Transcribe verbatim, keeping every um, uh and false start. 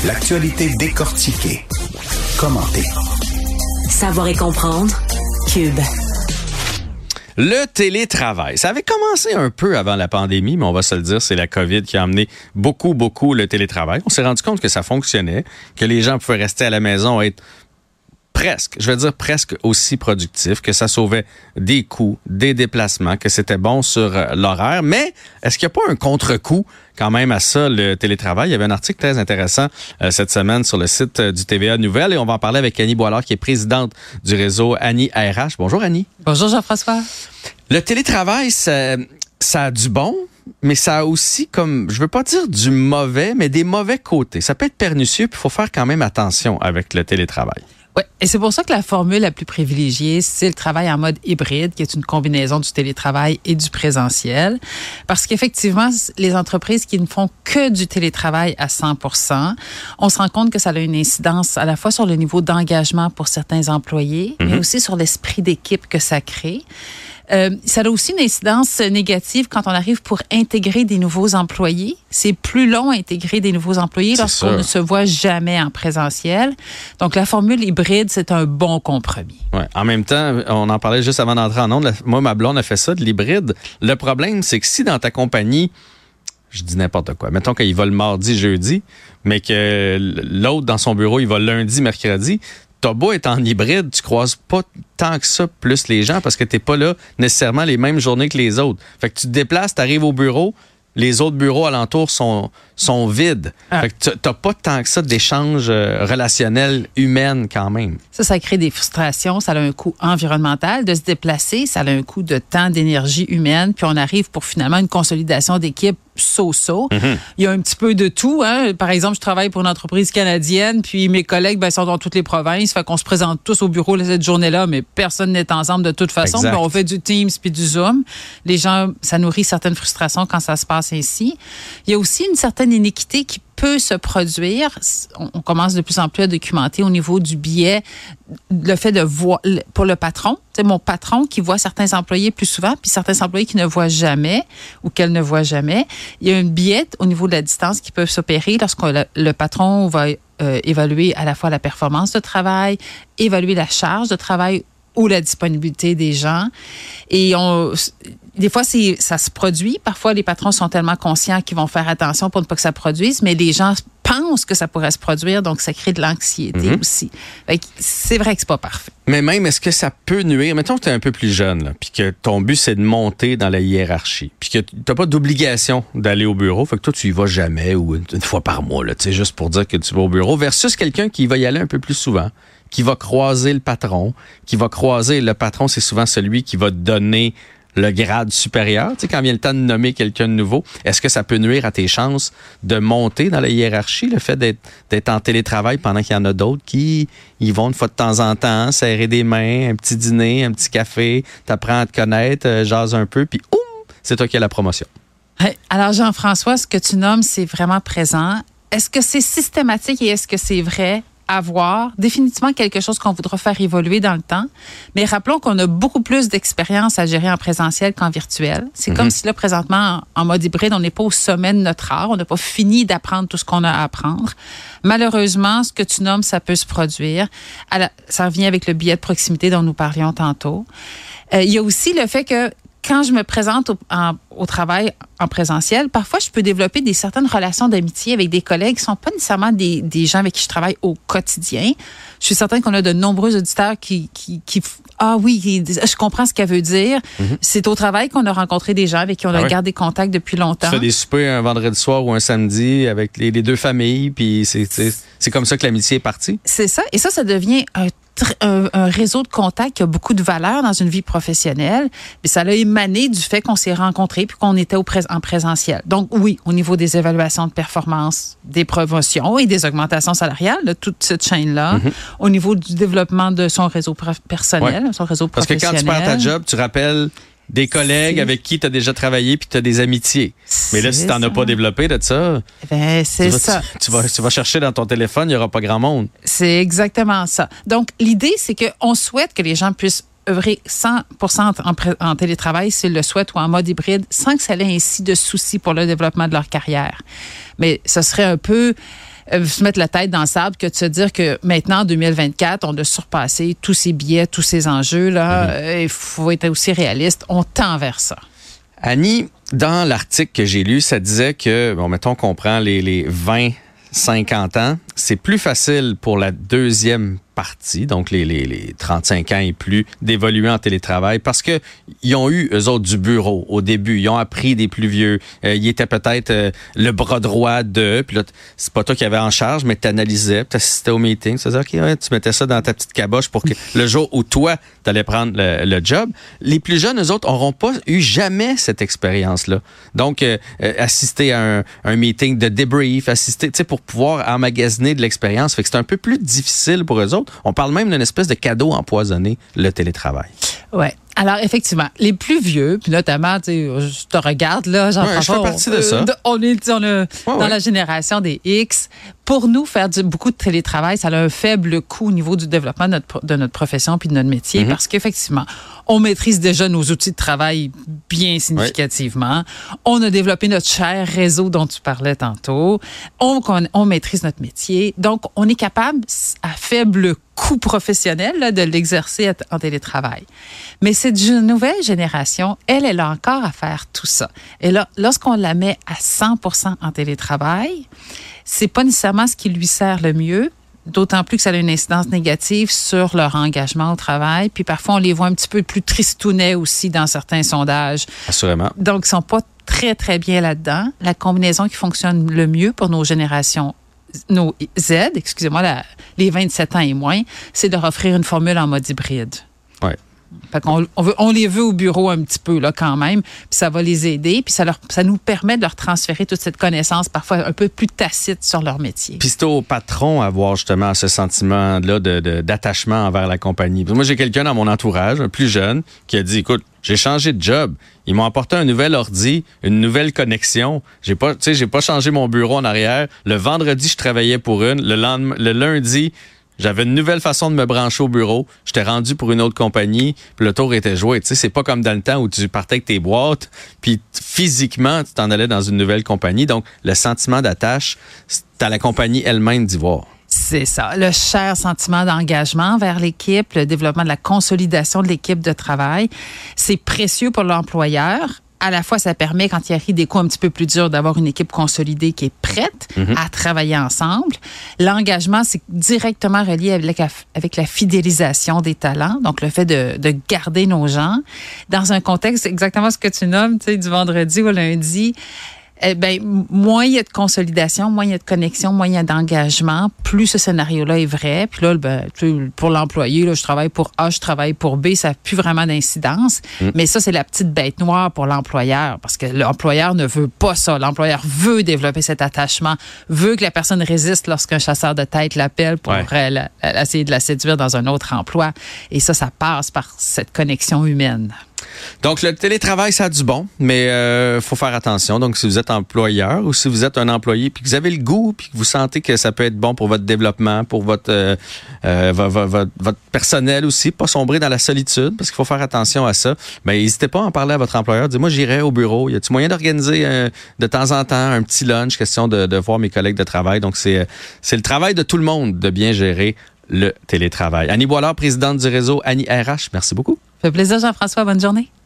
L'actualité décortiquée, commentée. Savoir et comprendre. Cube. Le télétravail, ça avait commencé un peu avant la pandémie, mais on va se le dire, c'est la COVID qui a amené beaucoup, beaucoup le télétravail. On s'est rendu compte que ça fonctionnait, que les gens pouvaient rester à la maison et être presque, je veux dire presque aussi productifs, que ça sauvait des coûts, des déplacements, que c'était bon sur euh, l'horaire. Mais est-ce qu'il n'y a pas un contre-coup quand même à ça, le télétravail? Il y avait un article très intéressant euh, cette semaine sur le site euh, du T V A Nouvelles et on va en parler avec Annie Boilard, qui est présidente du réseau Annie R H. Bonjour Annie. Bonjour Jean-François. Le télétravail, ça, ça a du bon, mais ça a aussi, comme, je veux pas dire du mauvais, mais des mauvais côtés. Ça peut être pernicieux, puis il faut faire quand même attention avec le télétravail. Oui, et c'est pour ça que la formule la plus privilégiée, c'est le travail en mode hybride, qui est une combinaison du télétravail et du présentiel. Parce qu'effectivement, les entreprises qui ne font que du télétravail à cent pour cent, on se rend compte que ça a une incidence à la fois sur le niveau d'engagement pour certains employés, mm-hmm. mais aussi sur l'esprit d'équipe que ça crée. Euh, ça a aussi une incidence négative quand on arrive pour intégrer des nouveaux employés. C'est plus long à intégrer des nouveaux employés c'est lorsqu'on ça. ne se voit jamais en présentiel. Donc, la formule hybride, c'est un bon compromis. Ouais. En même temps, on en parlait juste avant d'entrer en ondes. Moi, ma blonde a fait ça, de l'hybride. Le problème, c'est que si dans ta compagnie, je dis n'importe quoi, mettons qu'il va le mardi, jeudi, mais que l'autre dans son bureau, il va lundi, mercredi, t'as beau être en hybride, tu croises pas tant que ça plus les gens parce que t'es pas là nécessairement les mêmes journées que les autres. Fait que tu te déplaces, t'arrives au bureau, les autres bureaux alentours sont, sont vides. Ah. Fait que t'as pas tant que ça d'échanges euh, relationnels humains quand même. Ça, ça crée des frustrations. Ça a un coût environnemental. De se déplacer, ça a un coût de temps, d'énergie humaine. Puis on arrive pour finalement une consolidation d'équipe so-so. Mm-hmm. Il y a un petit peu de tout. Hein? Par exemple, je travaille pour une entreprise canadienne, puis mes collègues ben, sont dans toutes les provinces. Fait qu'on se présente tous au bureau cette journée-là, mais personne n'est ensemble de toute façon. Puis on fait du Teams puis du Zoom. Les gens, ça nourrit certaines frustrations quand ça se passe ainsi. Il y a aussi une certaine inéquité qui peut se produire. On commence de plus en plus à documenter au niveau du biais le fait de voir pour le patron. C'est mon patron qui voit certains employés plus souvent, puis certains employés qui ne voient jamais ou qu'elle ne voit jamais. Il y a un biais au niveau de la distance qui peut s'opérer lorsque le, le patron va euh, évaluer à la fois la performance de travail, évaluer la charge de travail ou la disponibilité des gens. Et on, des fois, c'est, ça se produit. Parfois, les patrons sont tellement conscients qu'ils vont faire attention pour ne pas que ça produise, mais les gens pensent que ça pourrait se produire, donc ça crée de l'anxiété mm-hmm. aussi. Fait que c'est vrai que c'est pas parfait. Mais même, est-ce que ça peut nuire? Mettons que tu es un peu plus jeune, là, puis que ton but, c'est de monter dans la hiérarchie, puis que tu n'as pas d'obligation d'aller au bureau, fait que toi, tu y vas jamais ou une, une fois par mois, là, juste pour dire que tu vas au bureau, versus quelqu'un qui va y aller un peu plus souvent, qui va croiser le patron, qui va croiser le patron, c'est souvent celui qui va te donner le grade supérieur. Tu sais, quand vient le temps de nommer quelqu'un de nouveau, est-ce que ça peut nuire à tes chances de monter dans la hiérarchie, le fait d'être, d'être en télétravail pendant qu'il y en a d'autres qui y vont une fois de temps en temps, serrer des mains, un petit dîner, un petit café, t'apprends à te connaître, euh, jases un peu, puis oum, c'est toi qui as la promotion. Alors Jean-François, ce que tu nommes, c'est vraiment présent. Est-ce que c'est systématique et est-ce que c'est vrai? Avoir définitivement quelque chose qu'on voudra faire évoluer dans le temps. Mais rappelons qu'on a beaucoup plus d'expérience à gérer en présentiel qu'en virtuel. C'est mm-hmm. comme si là, présentement, en, en mode hybride, on n'est pas au sommet de notre art. On n'a pas fini d'apprendre tout ce qu'on a à apprendre. Malheureusement, ce que tu nommes, ça peut se produire. À la, ça revient avec le biais de proximité dont nous parlions tantôt. Euh, il y a aussi le fait que quand je me présente au, en, au travail en présentiel, parfois, je peux développer des certaines relations d'amitié avec des collègues qui ne sont pas nécessairement des, des gens avec qui je travaille au quotidien. Je suis certaine qu'on a de nombreux auditeurs qui, qui, qui ah oui, qui, je comprends ce qu'elle veut dire. Mm-hmm. C'est au travail qu'on a rencontré des gens avec qui on ah a oui. gardé contact depuis longtemps. Tu fais des soupers un vendredi soir ou un samedi avec les, les deux familles, puis c'est, c'est, c'est comme ça que l'amitié est partie. C'est ça. Et ça, ça devient un Un, un réseau de contacts qui a beaucoup de valeur dans une vie professionnelle, mais ça a émané du fait qu'on s'est rencontrés puis qu'on était au pré- en présentiel. Donc oui, au niveau des évaluations de performance, des promotions et des augmentations salariales, là, toute cette chaîne-là, mm-hmm. au niveau du développement de son réseau prof- personnel, ouais. son réseau Parce professionnel. Parce que quand tu perds ta job, tu rappelles des collègues c'est... avec qui tu as déjà travaillé puis tu as des amitiés. C'est mais là, si tu n'en as pas développé de ça, ben, c'est tu, vas, ça. Tu, tu, vas, tu vas chercher dans ton téléphone, il n'y aura pas grand monde. C'est exactement ça. Donc, l'idée, c'est qu'on souhaite que les gens puissent œuvrer cent pour cent en, pré- en télétravail, s'ils le souhaitent, ou en mode hybride, sans que ça ait ainsi de soucis pour le développement de leur carrière. Mais ce serait un peu euh, se mettre la tête dans le sable que de se dire que maintenant, en deux mille vingt-quatre, on a surpassé tous ces biais, tous ces enjeux-là. Mm-hmm. Euh, il faut être aussi réaliste. On tend vers ça. Annie, dans l'article que j'ai lu, ça disait que, bon, mettons qu'on prend les, les vingt cinquante ans, c'est plus facile pour la deuxième partie, donc les, les, les trente-cinq ans et plus, d'évoluer en télétravail parce que ils ont eu, eux autres, du bureau au début. Ils ont appris des plus vieux. Euh, ils étaient peut-être euh, le bras droit de, puis là, c'est pas toi qui avais en charge, mais tu analysais, tu assistais au meeting. C'est-à-dire, OK, ouais, tu mettais ça dans ta petite caboche pour que le jour où toi, tu allais prendre le, le job. Les plus jeunes, eux autres, n'auront pas eu jamais cette expérience-là. Donc, euh, euh, assister à un, un meeting de débrief, assister, tu sais, pour pouvoir emmagasiner de l'expérience. Fait que c'est un peu plus difficile pour eux autres. On parle même d'une espèce de cadeau empoisonné, le télétravail. Ouais. Alors, effectivement, les plus vieux, puis notamment, tu sais, je te regarde, là, Jean-François. Ouais, je fais partie on, de ça. On est, on est ouais, dans ouais. la génération des X. Pour nous, faire du, beaucoup de télétravail, ça a un faible coût au niveau du développement de notre, de notre profession puis de notre métier, mm-hmm. parce qu'effectivement, on maîtrise déjà nos outils de travail bien significativement. Ouais. On a développé notre cher réseau dont tu parlais tantôt. On, on, on maîtrise notre métier. Donc, on est capable, à faible coût professionnel, là, de l'exercer en télétravail. Mais cette nouvelle génération, elle, elle a encore à faire tout ça. Et là, lorsqu'on la met à cent pour cent en télétravail, c'est pas nécessairement ce qui lui sert le mieux, d'autant plus que ça a une incidence négative sur leur engagement au travail. Puis parfois, on les voit un petit peu plus tristounets aussi dans certains sondages. Assurément. Donc, ils sont pas très, très bien là-dedans. La combinaison qui fonctionne le mieux pour nos générations nos Z, excusez-moi, la, les vingt-sept ans et moins, c'est de leur offrir une formule en mode hybride. Ouais. Fait qu'on on, veut, on les veut au bureau un petit peu là quand même, puis ça va les aider, puis ça, leur, ça nous permet de leur transférer toute cette connaissance parfois un peu plus tacite sur leur métier. Puis c'est au patron à avoir justement ce sentiment-là de, de, d'attachement envers la compagnie. Moi, j'ai quelqu'un dans mon entourage, un plus jeune, qui a dit, écoute, j'ai changé de job. Ils m'ont apporté un nouvel ordi, une nouvelle connexion. J'ai pas, tu sais, j'ai pas changé mon bureau en arrière. Le vendredi, je travaillais pour une. Le lendemain, le lundi, j'avais une nouvelle façon de me brancher au bureau. J'étais rendu pour une autre compagnie, puis le tour était joué. Tu sais, c'est pas comme dans le temps où tu partais avec tes boîtes, puis physiquement, tu t'en allais dans une nouvelle compagnie. Donc, le sentiment d'attache, c'est à la compagnie elle-même d'y voir. C'est ça. Le cher sentiment d'engagement vers l'équipe, le développement de la consolidation de l'équipe de travail, c'est précieux pour l'employeur. À la fois, ça permet, quand il arrive des coups un petit peu plus durs, d'avoir une équipe consolidée qui est prête mm-hmm. à travailler ensemble. L'engagement, c'est directement relié avec la, avec la fidélisation des talents, donc le fait de, de garder nos gens. Dans un contexte, exactement ce que tu nommes, tu sais, du vendredi au lundi, eh ben, moins il y a de consolidation, moins il y a de connexion, moins il y a d'engagement, plus ce scénario-là est vrai. Puis là, ben, pour l'employé, là, je travaille pour A, je travaille pour B, ça n'a plus vraiment d'incidence. Mm. Mais ça, c'est la petite bête noire pour l'employeur, parce que l'employeur ne veut pas ça. L'employeur veut développer cet attachement, veut que la personne résiste lorsqu'un chasseur de tête l'appelle pour ouais. euh, la, essayer de la séduire dans un autre emploi. Et ça, ça passe par cette connexion humaine. Donc, le télétravail, ça a du bon, mais il euh, faut faire attention. Donc, si vous êtes employeur ou si vous êtes un employé puis que vous avez le goût puis que vous sentez que ça peut être bon pour votre développement, pour votre, euh, euh, votre, votre, votre personnel aussi, pas sombrer dans la solitude parce qu'il faut faire attention à ça, bien, n'hésitez pas à en parler à votre employeur. Dites, moi, j'irai au bureau. Y a-t-il moyen d'organiser euh, de temps en temps un petit lunch, question de, de voir mes collègues de travail? Donc, c'est, c'est le travail de tout le monde de bien gérer le télétravail. Annie Boilard, présidente du réseau Annie R H, merci beaucoup. Ça fait plaisir, Jean-François. Bonne journée.